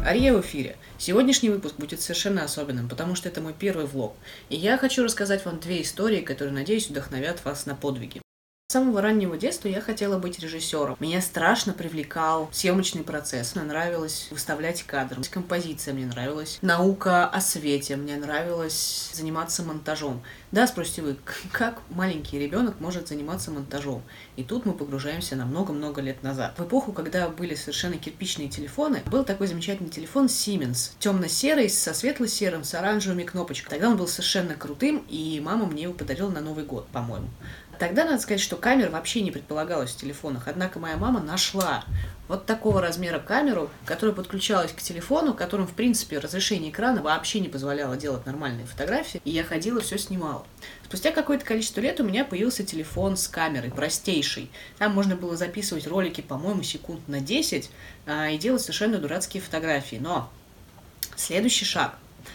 Ария в эфире. Сегодняшний выпуск будет совершенно особенным, потому что это мой первый влог. И я хочу рассказать вам две истории, которые, надеюсь, вдохновят вас на подвиги. С самого раннего детства я хотела быть режиссером. Меня страшно привлекал съемочный процесс. Мне нравилось выставлять кадры. Композиция мне нравилась. Наука о свете. Мне нравилось заниматься монтажом. Да, спросите вы, как маленький ребенок может заниматься монтажом? И тут мы погружаемся на много-много лет назад. В эпоху, когда были совершенно кирпичные телефоны, был такой замечательный телефон Siemens. Темно-серый, со светло-серым, с оранжевыми кнопочками. Тогда он был совершенно крутым, и мама мне его подарила на Новый год, по-моему. Тогда, надо сказать, что камер вообще не предполагалось в телефонах. Однако моя мама нашла вот такого размера камеру, которая подключалась к телефону, которым, в принципе, разрешение экрана вообще не позволяло делать нормальные фотографии. И я ходила, все снимала. Спустя какое-то количество лет у меня появился телефон с камерой, простейший. Там можно было записывать ролики, по-моему, секунд на 10 и делать совершенно дурацкие фотографии. Но следующий шаг.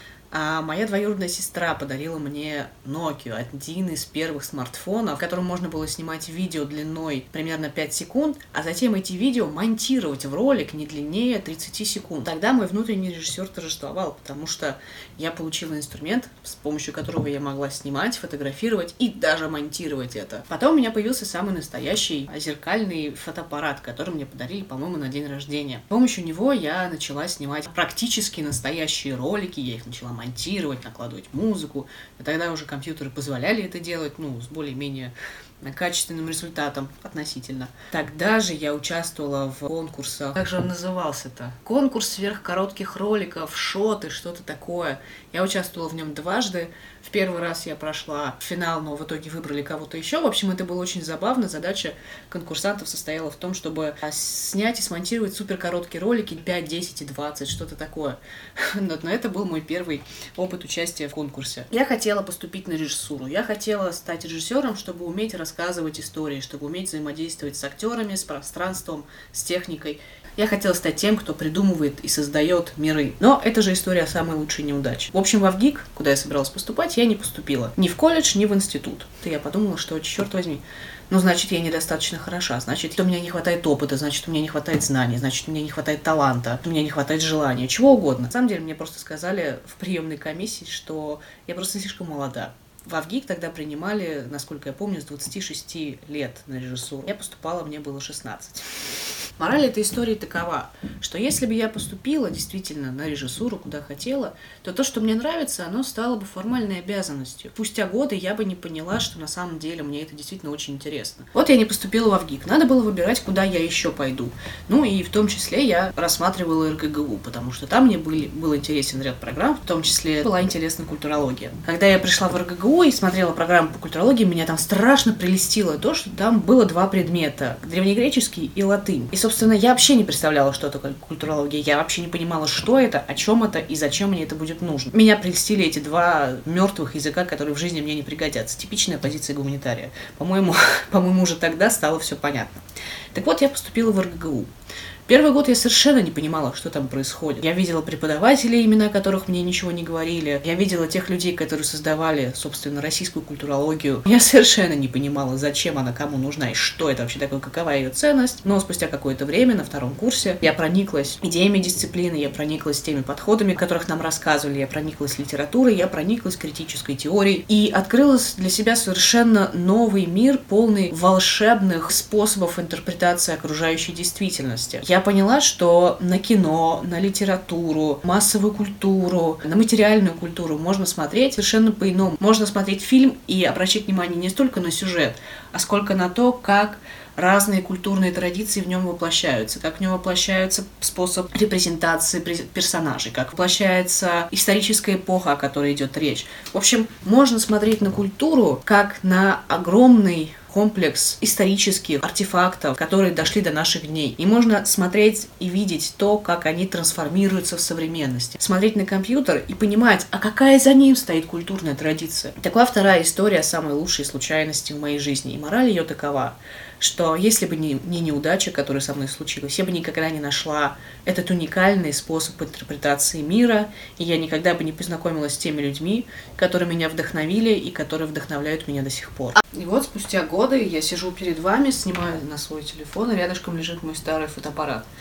Моя двоюродная сестра подарила мне Nokia, один из первых смартфонов, в котором можно было снимать видео длиной примерно 5 секунд, а затем эти видео монтировать в ролик не длиннее 30 секунд. Тогда мой внутренний режиссер торжествовал, потому что я получила инструмент, с помощью которого я могла снимать, фотографировать и даже монтировать это. Потом у меня появился самый настоящий зеркальный фотоаппарат, который мне подарили, по-моему, на день рождения. С помощью него я начала снимать практически настоящие ролики, я их начала монтировать, накладывать музыку. И тогда уже компьютеры позволяли это делать, с более-менее качественным результатом относительно. Тогда же я участвовала в конкурсах. Как же он назывался-то? Конкурс сверхкоротких роликов, шоты, что-то такое. Я участвовала в нем дважды. В первый раз я прошла финал, но в итоге выбрали кого-то еще. В общем, это было очень забавно. Задача конкурсантов состояла в том, чтобы снять и смонтировать суперкороткие ролики 5, 10 и 20, что-то такое. Но это был мой первый опыт участия в конкурсе. Я хотела поступить на режиссуру. Я хотела стать режиссером, чтобы уметь рассказывать истории, чтобы уметь взаимодействовать с актерами, с пространством, с техникой. Я хотела стать тем, кто придумывает и создает миры. Но это же история о самой лучшей неудаче. В общем, во ВГИК, куда я собиралась поступать, я не поступила. Ни в колледж, ни в институт. И я подумала, что, черт возьми, значит, я недостаточно хороша, значит, у меня не хватает опыта, значит, у меня не хватает знаний, значит, у меня не хватает таланта, у меня не хватает желания, чего угодно. На самом деле, мне просто сказали в приемной комиссии, что я просто слишком молода. В ВГИК тогда принимали, насколько я помню, с 26 лет на режиссуру. Я поступала, мне было 16. Мораль этой истории такова, что если бы я поступила действительно на режиссуру, куда хотела, то то, что мне нравится, оно стало бы формальной обязанностью. Спустя годы я бы не поняла, что на самом деле мне это действительно очень интересно. Вот я не поступила в ВГИК, надо было выбирать, куда я еще пойду. И в том числе я рассматривала РГГУ, потому что там мне был интересен ряд программ, в том числе была интересна культурология. Когда я пришла в РГГУ и смотрела программу по культурологии, меня там страшно прелестило то, что там было два предмета – древнегреческий и латынь. И, собственно, я вообще не представляла, что такое культурология. Я вообще не понимала, что это, о чем это и зачем мне это будет нужно. Меня прельстили эти два мертвых языка, которые в жизни мне не пригодятся. Типичная позиция гуманитария. По-моему, уже тогда стало все понятно. Так вот, я поступила в РГГУ. Первый год я совершенно не понимала, что там происходит. Я видела преподавателей, имена которых мне ничего не говорили. Я видела тех людей, которые создавали, собственно, российскую культурологию. Я совершенно не понимала, зачем она кому нужна и что это вообще такое, какова ее ценность. Но спустя какое-то время, на втором курсе, я прониклась идеями дисциплины, я прониклась теми подходами, о которых нам рассказывали, я прониклась литературой, я прониклась критической теорией и открыла для себя совершенно новый мир, полный волшебных способов интерпретации окружающей действительности. Я поняла, что на кино, на литературу, массовую культуру, на материальную культуру можно смотреть совершенно по-иному. Можно смотреть фильм и обращать внимание не столько на сюжет, а сколько на то, как разные культурные традиции в нем воплощаются, как в нем воплощается способ репрезентации персонажей, как воплощается историческая эпоха, о которой идет речь. В общем, можно смотреть на культуру как на огромный комплекс исторических артефактов, которые дошли до наших дней. И можно смотреть и видеть то, как они трансформируются в современности. Смотреть на компьютер и понимать, а какая за ним стоит культурная традиция. Такова вторая история самой лучшей случайности в моей жизни. И мораль ее такова, что если бы не неудача, которая со мной случилась, я бы никогда не нашла этот уникальный способ интерпретации мира, и я никогда бы не познакомилась с теми людьми, которые меня вдохновили и которые вдохновляют меня до сих пор. И вот спустя годы я сижу перед вами, снимаю на свой телефон, и рядышком лежит мой старый фотоаппарат.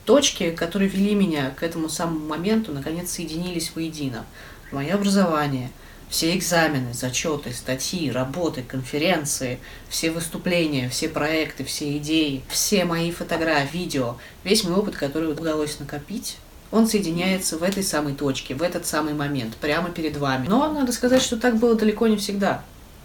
точки, которые вели меня к этому самому моменту, наконец соединились воедино. Мое образование, все экзамены, зачеты, статьи, работы, конференции, все выступления, все проекты, все идеи, все мои фотографии, видео, весь мой опыт, который удалось накопить, он соединяется в этой самой точке, в этот самый момент, прямо перед вами. Но надо сказать, что так было далеко не всегда.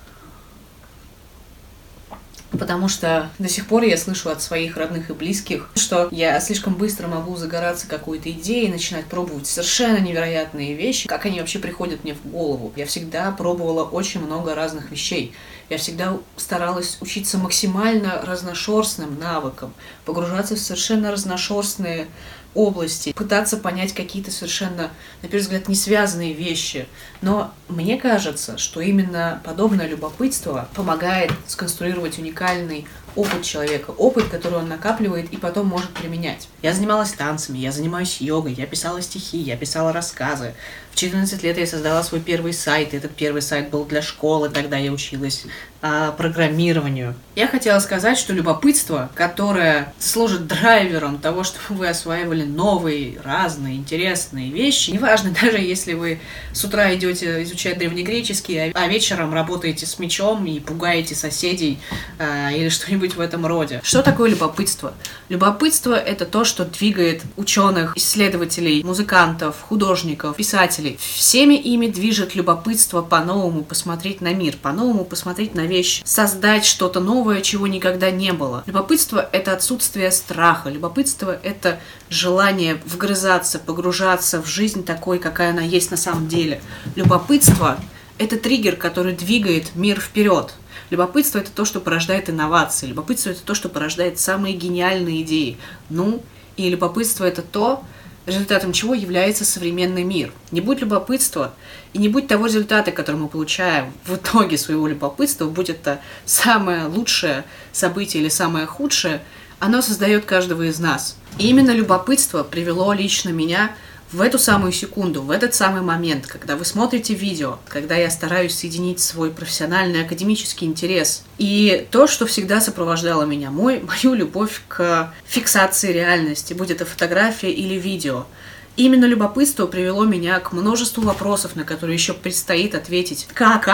Потому что до сих пор я слышу от своих родных и близких, что я слишком быстро могу загораться какой-то идеей, начинать пробовать совершенно невероятные вещи, как они вообще приходят мне в голову. Я всегда пробовала очень много разных вещей. Я всегда старалась учиться максимально разношерстным навыкам, погружаться в совершенно разношерстные области, пытаться понять какие-то совершенно, на первый взгляд, не связанные вещи. Но мне кажется, что именно подобное любопытство помогает сконструировать уникальный опыт человека, опыт, который он накапливает и потом может применять. Я занималась танцами, я занимаюсь йогой, я писала стихи, я писала рассказы. В 14 лет я создала свой первый сайт, и этот первый сайт был для школы, тогда я училась программированию. Я хотела сказать, что любопытство, которое служит драйвером того, чтобы вы осваивали новые, разные, интересные вещи, неважно, даже если вы с утра идете изучать древнегреческий, а вечером работаете с мечом и пугаете соседей или что-нибудь в этом роде. Что такое любопытство? Любопытство — это то, что двигает ученых, исследователей, музыкантов, художников, писателей. Всеми ими движет любопытство по-новому посмотреть на мир, по-новому посмотреть на вещь, создать что-то новое, чего никогда не было. Любопытство — это отсутствие страха. Любопытство — это желание вгрызаться, погружаться в жизнь такой, какая она есть на самом деле. Любопытство — это триггер, который двигает мир вперед. Любопытство — это то, что порождает инновации. Любопытство — это то, что порождает самые гениальные идеи. И любопытство — это то, результатом чего является современный мир. Не будь любопытства и не будь того результата, который мы получаем в итоге своего любопытства, будь это самое лучшее событие или самое худшее, оно создает каждого из нас. И именно любопытство привело лично меня в эту самую секунду, в этот самый момент, когда вы смотрите видео, когда я стараюсь соединить свой профессиональный академический интерес и то, что всегда сопровождало меня, мою любовь к фиксации реальности, будь это фотография или видео. Именно любопытство привело меня к множеству вопросов, на которые еще предстоит ответить.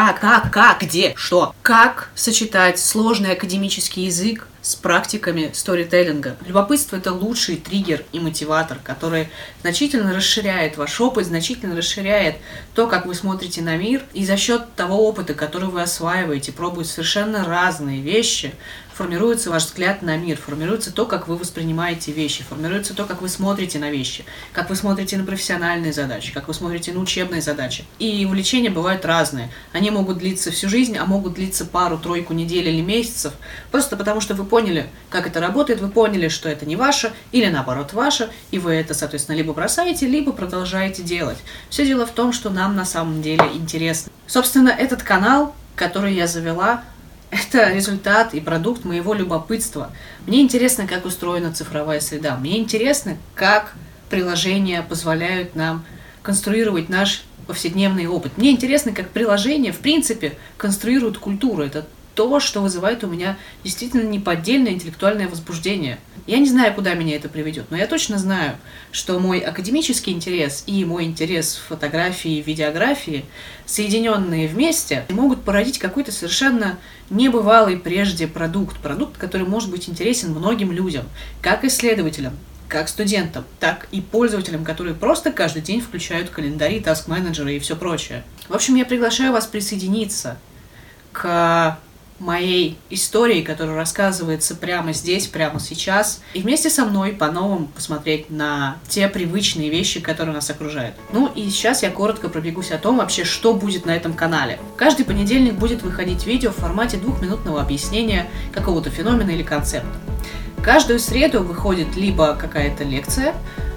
Как, где, что? Как сочетать сложный академический язык с практиками сторителлинга? Любопытство — это лучший триггер и мотиватор, который значительно расширяет ваш опыт, значительно расширяет то, как вы смотрите на мир, и за счет того опыта, который вы осваиваете, пробуя совершенно разные вещи, формируется ваш взгляд на мир, формируется то, как вы воспринимаете вещи, формируется то, как вы смотрите на вещи, как вы смотрите на профессиональные задачи, как вы смотрите на учебные задачи. И увлечения бывают разные. Они могут длиться всю жизнь, а могут длиться пару-тройку недель или месяцев, просто потому что вы поняли, как это работает, вы поняли, что это не ваше, или наоборот ваше, и вы это, соответственно, либо бросаете, либо продолжаете делать. Все дело в том, что нам на самом деле интересно. Собственно, этот канал, который я завела, это результат и продукт моего любопытства. Мне интересно, как устроена цифровая среда. Мне интересно, как приложения позволяют нам конструировать наш повседневный опыт. Мне интересно, как приложения, в принципе, конструируют культуру. Это то, что вызывает у меня действительно неподдельное интеллектуальное возбуждение. Я не знаю, куда меня это приведет, но я точно знаю, что мой академический интерес и мой интерес в фотографии и видеографии, соединенные вместе, могут породить какой-то совершенно небывалый прежде продукт, который может быть интересен многим людям, как исследователям, как студентам, так и пользователям, которые просто каждый день включают календари, таск-менеджеры и все прочее. В общем, я приглашаю вас присоединиться к моей истории, которая рассказывается прямо здесь, прямо сейчас, и вместе со мной по-новому посмотреть на те привычные вещи, которые нас окружают. И сейчас я коротко пробегусь о том вообще, что будет на этом канале. Каждый понедельник будет выходить видео в формате 2-минутного объяснения какого-то феномена или концепта. Каждую среду выходит либо какая-то лекция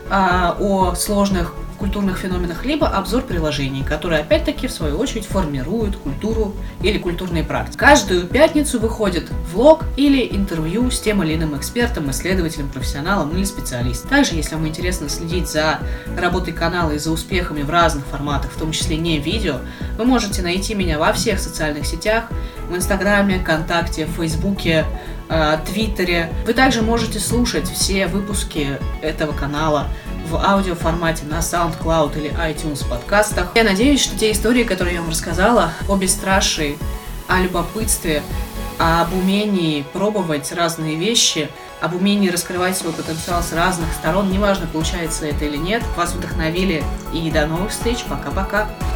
о сложных культурных феноменах, либо обзор приложений, которые опять-таки в свою очередь формируют культуру или культурные практики. Каждую пятницу выходит влог или интервью с тем или иным экспертом, исследователем, профессионалом или специалистом. Также, если вам интересно следить за работой канала и за успехами в разных форматах, в том числе не видео, вы можете найти меня во всех социальных сетях, в Инстаграме, ВКонтакте, в Фейсбуке, Твиттере. Вы также можете слушать все выпуски этого канала в аудиоформате на SoundCloud или iTunes подкастах. Я надеюсь, что те истории, которые я вам рассказала, о бесстрашии, о любопытстве, об умении пробовать разные вещи, об умении раскрывать свой потенциал с разных сторон, неважно, получается это или нет, вас вдохновили. И до новых встреч. Пока-пока.